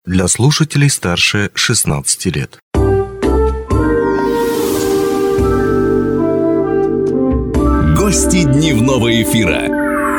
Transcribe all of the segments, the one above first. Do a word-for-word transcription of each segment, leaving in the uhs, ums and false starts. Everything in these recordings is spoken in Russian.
Для слушателей старше шестнадцати лет. Гости дневного эфира.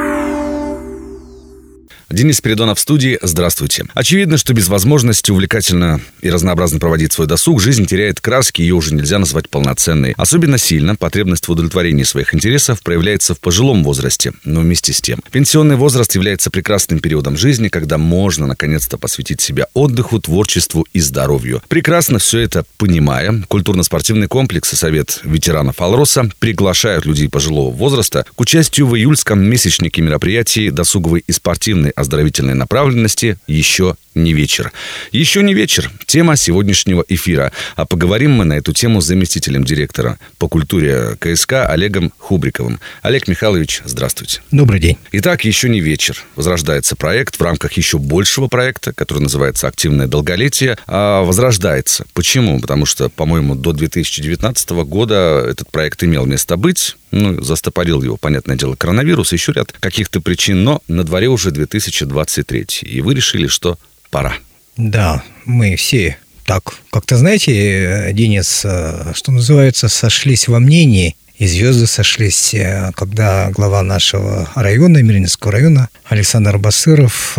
Денис Спиридонов в студии. Здравствуйте. Очевидно, что без возможности увлекательно и разнообразно проводить свой досуг жизнь теряет краски, ее уже нельзя назвать полноценной. Особенно сильно потребность в удовлетворении своих интересов проявляется в пожилом возрасте, но вместе с тем. Пенсионный возраст является прекрасным периодом жизни, когда можно наконец-то посвятить себя отдыху, творчеству и здоровью. Прекрасно все это понимая, культурно-спортивный комплекс и Совет ветеранов «Алроса» приглашают людей пожилого возраста к участию в июльском месячнике мероприятий досуговой и спортивной оздоровительной направленности «Еще не вечер». «Еще не вечер» – тема сегодняшнего эфира. А поговорим мы на эту тему с заместителем директора по культуре ка эс ка Олегом Хубриковым. Олег Михайлович, здравствуйте. Добрый день. Итак, «Еще не вечер». Возрождается проект в рамках еще большего проекта, который называется «Активное долголетие». А возрождается. Почему? Потому что, по-моему, до две тысячи девятнадцатого года этот проект имел место быть. Ну, застопорил его, понятное дело, коронавирус, еще ряд каких-то причин, но на дворе уже две тысячи двадцать третий, и вы решили, что пора. Да, мы все так, как-то, знаете, Денис, что называется, сошлись во мнении, и звезды сошлись, когда глава нашего района, Мирнинского района, Александр Басыров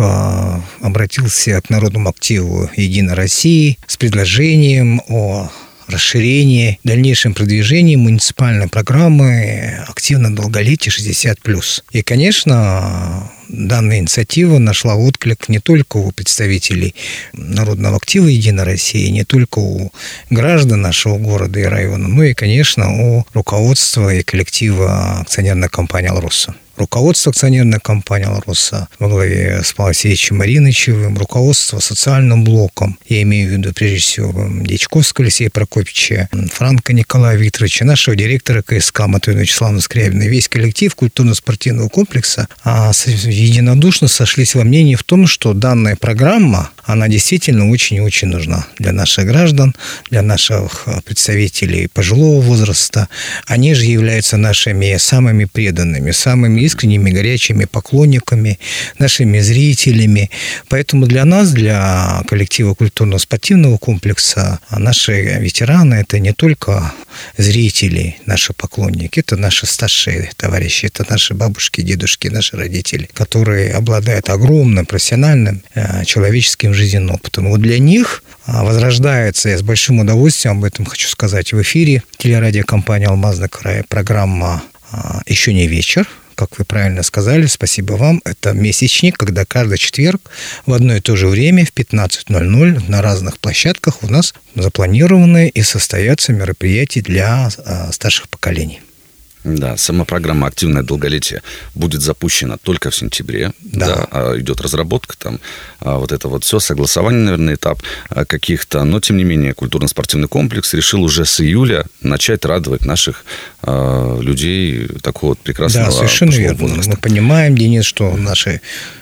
обратился к Народному активу «Единой России» с предложением о расширении, дальнейшем продвижении муниципальной программы «Активное долголетие шестьдесят плюс». И, конечно, данная инициатива нашла отклик не только у представителей Народного актива «Единой России», не только у граждан нашего города и района, но и, конечно, у руководства и коллектива акционерной компании «Алроса». Руководство акционерной компании «Алроса» во главе с Павлом Алексеевичем Маринычевым, руководство социальным блоком, я имею в виду прежде всего Дьячковского Алексея Прокопьевича, Франка Николая Викторовича, нашего директора ка эс ка Матвея Вячеславовны Скрябиной, весь коллектив культурно-спортивного комплекса единодушно сошлись во мнении в том, что данная программа, она действительно очень и очень нужна для наших граждан, для наших представителей пожилого возраста. Они же являются нашими самыми преданными, самыми искренними, горячими поклонниками, нашими зрителями. Поэтому для нас, для коллектива культурно-спортивного комплекса, наши ветераны – это не только зрители, наши поклонники, это наши старшие товарищи, это наши бабушки, дедушки, наши родители, которые обладают огромным профессиональным, человеческим жизненным опытом. Вот для них возрождается, я с большим удовольствием об этом хочу сказать в эфире, телерадиокомпания «Алмазный край», программа «Еще не вечер». Как вы правильно сказали, спасибо вам. Это месячник, когда каждый четверг в одно и то же время в пятнадцать ноль ноль на разных площадках у нас запланированы и состоятся мероприятия для старших поколений. Да, сама программа «Активное долголетие» будет запущена только в сентябре. Да. Да, идет разработка, там вот это вот все, согласование, наверное, этап каких-то. Но, тем не менее, культурно-спортивный комплекс решил уже с июля начать радовать наших э, людей такого вот прекрасного да, совершенно верно. возраста. Мы понимаем, Денис, что наши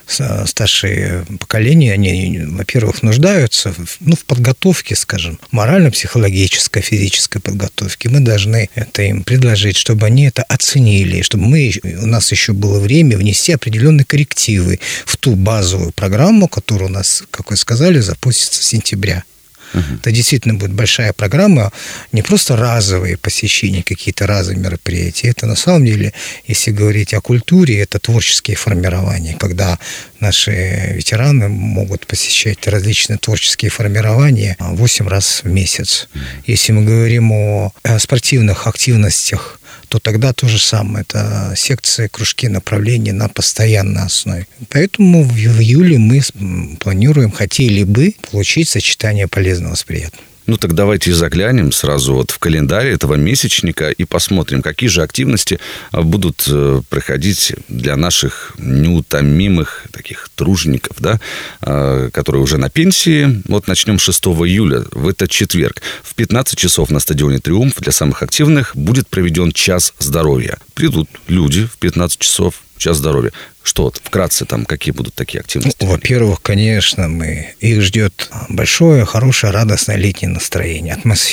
старшие поколения, они, во-первых, нуждаются в, ну, в подготовке, скажем, морально-психологической, физической подготовке. Мы должны это им предложить, чтобы они это оценили, чтобы мы, у нас еще было время внести определенные коррективы в ту базовую программу, которая у нас, как вы сказали, запустится с сентября. Uh-huh. Это действительно будет большая программа, не просто разовые посещения, какие-то разовые мероприятия. Это на самом деле, если говорить о культуре, это творческие формирования, когда наши ветераны могут посещать различные творческие формирования восемь раз в месяц. Uh-huh. Если мы говорим о спортивных активностях, то тогда то же самое. Это секции, кружки, направления на постоянной основе. Поэтому в июле мы планируем, хотели бы получить сочетание полезного с приятным. Ну, так давайте заглянем сразу вот в календарь этого месячника и посмотрим, какие же активности будут проходить для наших неутомимых таких тружеников, да, которые уже на пенсии. Вот начнем с шестого июля, в этот четверг. В пятнадцать часов на стадионе «Триумф» для самых активных будет проведен час здоровья. Придут люди в пятнадцать часов, час здоровья. Что вот, вкратце, там, какие будут такие активности? Ну, во-первых, конечно, мы, их ждет большое, хорошее, радостное летнее настроение, атмосфера.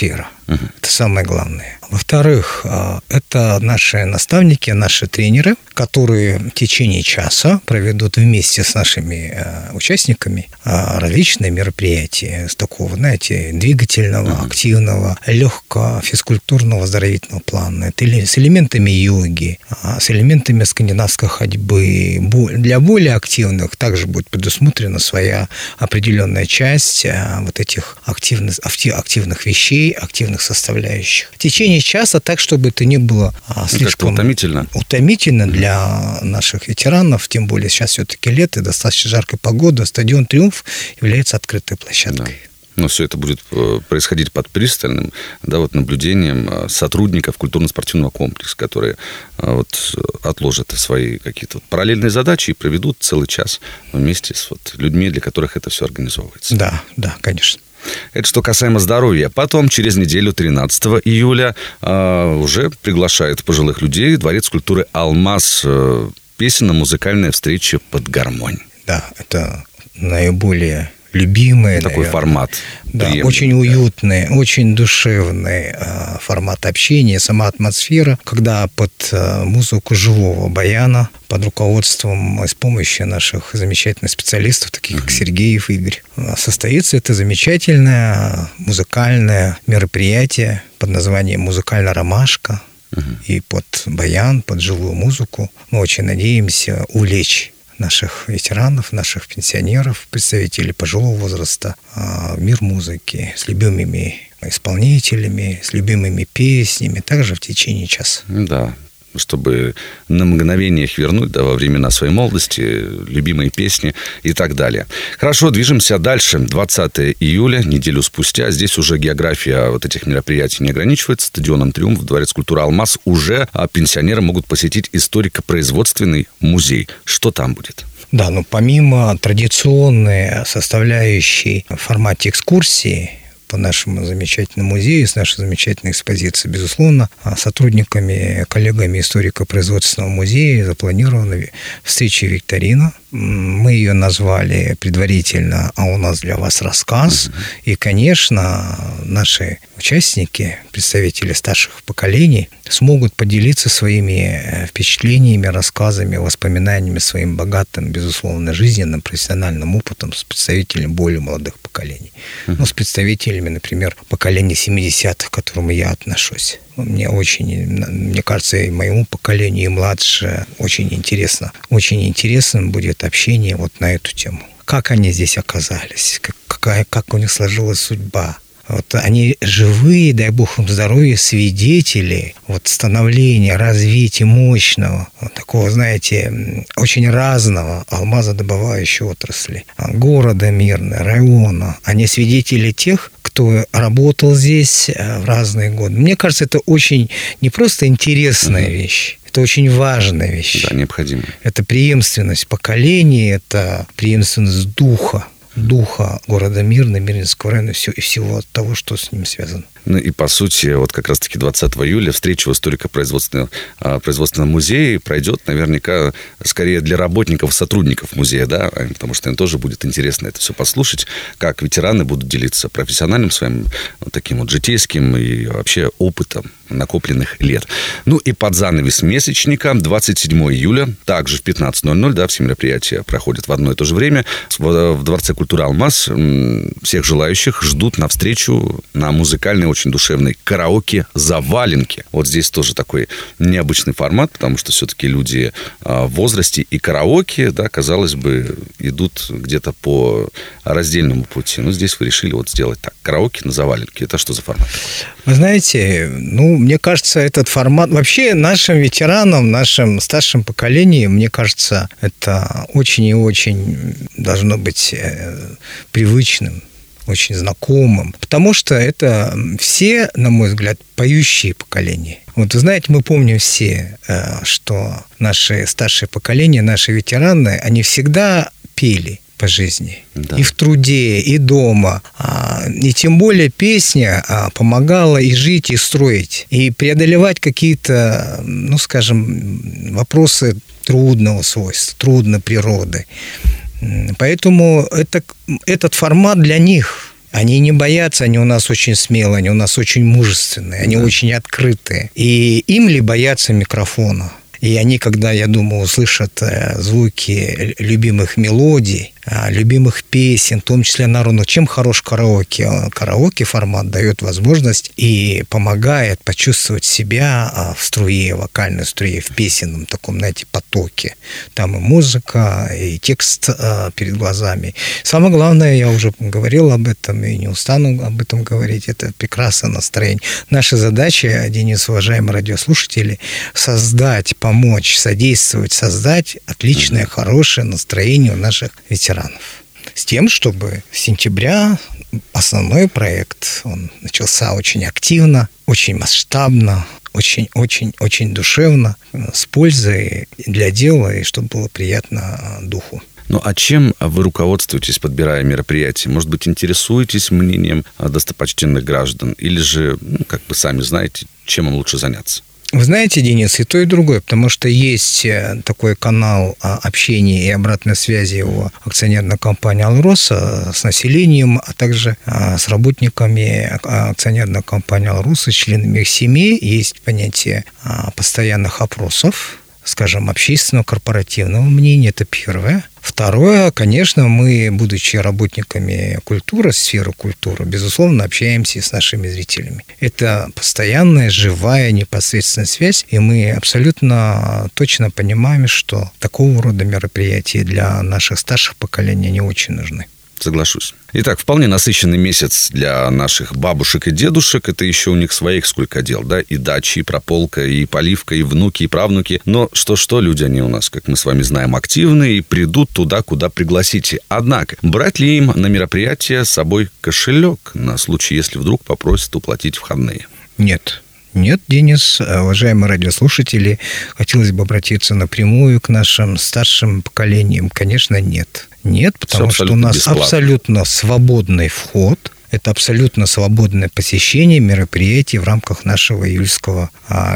Угу. Это самое главное. Во-вторых, это наши наставники, наши тренеры, которые в течение часа проведут вместе с нашими участниками различные мероприятия с такого, знаете, двигательного, uh-huh. активного, легкого, физкультурного, оздоровительного плана. Это с элементами йоги, с элементами скандинавской ходьбы. Для более активных также будет предусмотрена своя определенная часть вот этих активных, активных вещей, активных составляющих. В течение часа так, чтобы это не было а, слишком утомительно. утомительно для наших ветеранов, тем более сейчас все-таки лето, достаточно жаркая погода, стадион «Триумф» является открытой площадкой. Да. Но все это будет происходить под пристальным, да, вот, наблюдением сотрудников культурно-спортивного комплекса, которые вот, отложат свои какие-то параллельные задачи и проведут целый час вместе с вот, людьми, для которых это все организовывается. Да, да, конечно. Это что касаемо здоровья. Потом, через неделю, тринадцатого июля, э, уже приглашают пожилых людей в Дворец культуры «Алмаз». Э, песенно-музыкальная встреча под гармонь. Да, это наиболее любимый. Такой наверное, формат. Да, очень уютный, да. очень душевный э, формат общения, сама атмосфера, когда под э, музыку живого баяна, под руководством и с помощью наших замечательных специалистов, таких mm-hmm. как Сергеев Игорь, состоится это замечательное музыкальное мероприятие под названием «Музыкальная ромашка». Mm-hmm. И под баян, под живую музыку мы очень надеемся увлечь наших ветеранов, наших пенсионеров, представителей пожилого возраста, мир музыки с любимыми исполнителями, с любимыми песнями, также в течение часа. Да, чтобы на мгновение их вернуть, да, во времена своей молодости, любимые песни и так далее. Хорошо, движемся дальше. двадцатого июля, неделю спустя. Здесь уже география вот этих мероприятий не ограничивается. Стадионом «Триумф», Дворец культуры «Алмаз» уже пенсионеры могут посетить историко-производственный музей. Что там будет? Да, ну помимо традиционной составляющей в формате экскурсии по нашему замечательному музею, с нашей замечательной экспозицией, безусловно, сотрудниками, коллегами историко-производственного музея запланирована встреча-викторина. Мы ее назвали предварительно «А у нас для вас рассказ». Uh-huh. И, конечно, наши участники, представители старших поколений, смогут поделиться своими впечатлениями, рассказами, воспоминаниями, своим богатым, безусловно, жизненным, профессиональным опытом с представителями более молодых поколений. Uh-huh. Ну, с представителями, например, поколения семидесятых, к которому я отношусь. Мне очень, мне кажется, и моему поколению, и младше очень интересно. Очень интересным будет общение вот на эту тему. Как они здесь оказались, как, какая, как у них сложилась судьба. Вот они живые, дай бог им здоровья, свидетели вот становления, развития мощного, вот такого, знаете, очень разного алмазодобывающей отрасли, города Мирного, района. Они свидетели тех, кто работал здесь в разные годы. Мне кажется, это очень не просто интересная mm-hmm. вещь, это очень важная вещь. Да, необходимая. Это преемственность поколений, это преемственность духа. духа города Мирного, Мирнинского района и всего того, что с ним связано. Ну и, по сути, вот как раз-таки двадцатого июля встреча в историко-производственном производственном музее пройдет наверняка скорее для работников, сотрудников музея, да, потому что им тоже будет интересно это все послушать, как ветераны будут делиться профессиональным своим вот таким вот житейским и вообще опытом накопленных лет. Ну и под занавес месячника двадцать седьмого июля, также в пятнадцать ноль ноль, да, все мероприятия проходят в одно и то же время, в Дворце культуры «Алмаз» всех желающих ждут на встречу на музыкальной, очень душевной караоке-заваленке. Вот здесь тоже такой необычный формат, потому что все-таки люди в возрасте и караоке, да, казалось бы, идут где-то по раздельному пути. Но здесь вы решили вот сделать так. Караоке на заваленке. Это что за формат такой? Вы знаете, ну, мне кажется, этот формат... Вообще нашим ветеранам, нашим старшим поколениям, мне кажется, это очень и очень должно быть привычным, очень знакомым, потому что это все, на мой взгляд, поющие поколения. Вот вы знаете, мы помним все, что наши старшие поколения, наши ветераны, они всегда пели по жизни. Да. И в труде, и дома. И тем более песня помогала и жить, и строить, и преодолевать какие-то, ну, скажем, вопросы трудного свойства, трудной природы. Поэтому это, этот формат для них, Они не боятся, они у нас очень смелые, они у нас очень мужественные, они да. очень открытые. И им ли бояться микрофона? И они, когда, я думаю, услышат звуки любимых мелодий, любимых песен, в том числе народных, чем хорош караоке? Караоке формат дает возможность и помогает почувствовать себя в струе, вокальной струе, в песенном таком, знаете, потоке. Там и музыка, и текст перед глазами. Самое главное, я уже говорил об этом и не устану об этом говорить, это прекрасное настроение. Наша задача, Денис, уважаемые радиослушатели, создать, помочь, содействовать, создать отличное, хорошее настроение у наших ветеранов. С тем, чтобы с сентября основной проект, он начался очень активно, очень масштабно, очень-очень-очень душевно, с пользой для дела, и чтобы было приятно духу. Ну, а чем вы руководствуетесь, подбирая мероприятия? Может быть, интересуетесь мнением достопочтенных граждан? Или же, ну, как вы сами знаете, чем им лучше заняться? Вы знаете, Денис, и то, и другое, потому что есть такой канал общения и обратной связи у акционерной компании «Алроса» с населением, а также с работниками акционерной компании «Алроса», членами их семей. Есть понятие постоянных опросов, скажем, общественного, корпоративного мнения, это первое. Второе, конечно, мы, будучи работниками культуры, сферы культуры, безусловно, общаемся с нашими зрителями. Это постоянная, живая, непосредственная связь, и мы абсолютно точно понимаем, что такого рода мероприятия для наших старших поколений не очень нужны. Соглашусь. Итак, вполне насыщенный месяц для наших бабушек и дедушек. Это еще у них своих сколько дел, да? И дачи, и прополка, и поливка, и внуки, и правнуки. Но что-что, люди они у нас, как мы с вами знаем, активные и придут туда, куда пригласите. Однако, брать ли им на мероприятие с собой кошелек на случай, если вдруг попросят уплатить входные? Нет. Нет, Денис, уважаемые радиослушатели, хотелось бы обратиться напрямую к нашим старшим поколениям. Конечно, нет. Нет, потому что у нас бесплатно. Абсолютно свободный вход. Это абсолютно свободное посещение мероприятий в рамках нашего июльского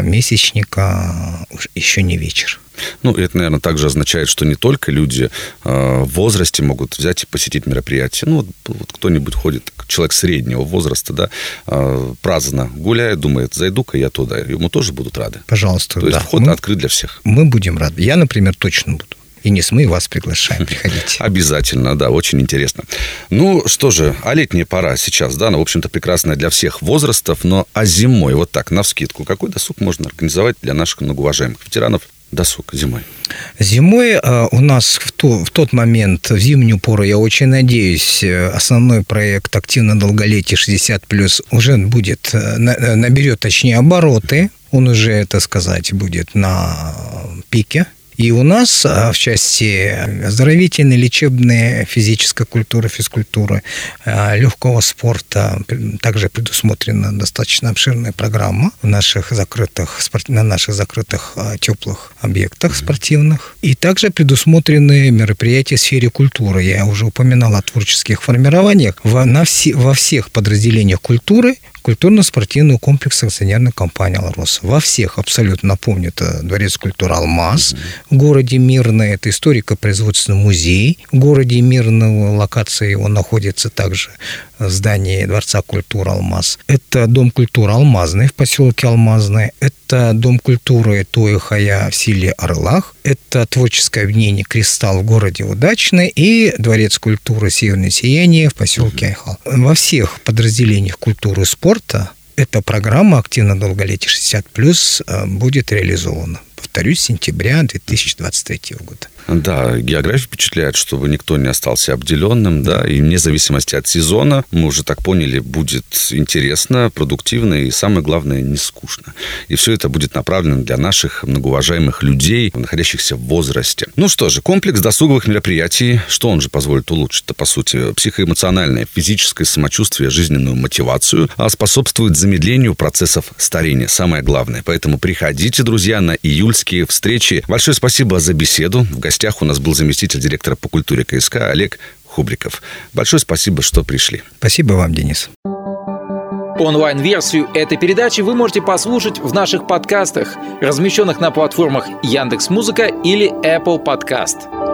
месячника. Еще не вечер. Ну, это, наверное, также означает, что не только люди в возрасте могут взять и посетить мероприятие. Ну, вот, вот кто-нибудь ходит, человек среднего возраста, да, праздно гуляет, думает, зайду-ка я туда. Ему тоже будут рады. Пожалуйста, То да. есть вход мы, открыт для всех. Мы будем рады. Я, например, точно буду. И не мы вас приглашаем, приходите. Обязательно, да, очень интересно. Ну, что же, а летняя пора сейчас, да, она, в общем-то, прекрасная для всех возрастов, но а зимой, вот так, навскидку, какой досуг можно организовать для наших многоуважаемых ветеранов? Досуг зимой. Зимой э, у нас в, то, в тот момент, в зимнюю пору, я очень надеюсь, основной проект «Активное долголетие шестьдесят плюс» уже будет, на, наберет, точнее, обороты. Он уже, так сказать, будет на пике. И у нас в части оздоровительной, лечебной, физической культуры, физкультуры, легкого спорта также предусмотрена достаточно обширная программа в наших закрытых, на наших закрытых теплых объектах спортивных. И также предусмотрены мероприятия в сфере культуры. Я уже упоминал о творческих формированиях. Во, на все, во всех подразделениях культуры культурно-спортивного комплекса акционерной компании «Алроса». Во всех абсолютно, напомню, это Дворец культуры «Алмаз» в городе Мирный, это историко-производственный музей в городе Мирный, локация его находится также в здании Дворца культуры «Алмаз». Это Дом культуры «Алмазный» в поселке Алмазный, это Дом культуры Туэ-Хая в селе Орлах, это творческое объединение «Кристалл» в городе Удачный и Дворец культуры «Северное сияние» в поселке Айхал. Во всех подразделениях культуры и спорта эта программа «Активное долголетие шестьдесят плюс» будет реализована. Повторюсь, с сентября две тысячи двадцать третьего года. Да, география впечатляет, чтобы никто не остался обделенным, да, и вне зависимости от сезона, мы уже так поняли, будет интересно, продуктивно и, самое главное, не скучно. И все это будет направлено для наших многоуважаемых людей, находящихся в возрасте. Ну что же, комплекс досуговых мероприятий, что он же позволит улучшить-то, по сути, психоэмоциональное, физическое самочувствие, жизненную мотивацию, а способствует замедлению процессов старения, самое главное. Поэтому приходите, друзья, на июльские встречи. Большое спасибо за беседу. В гостях В гостях у нас был заместитель директора по культуре ка эс ка Олег Хубриков. Большое спасибо, что пришли. Спасибо вам, Денис. Онлайн-версию этой передачи вы можете послушать в наших подкастах, размещенных на платформах Яндекс.Музыка или Apple Podcast.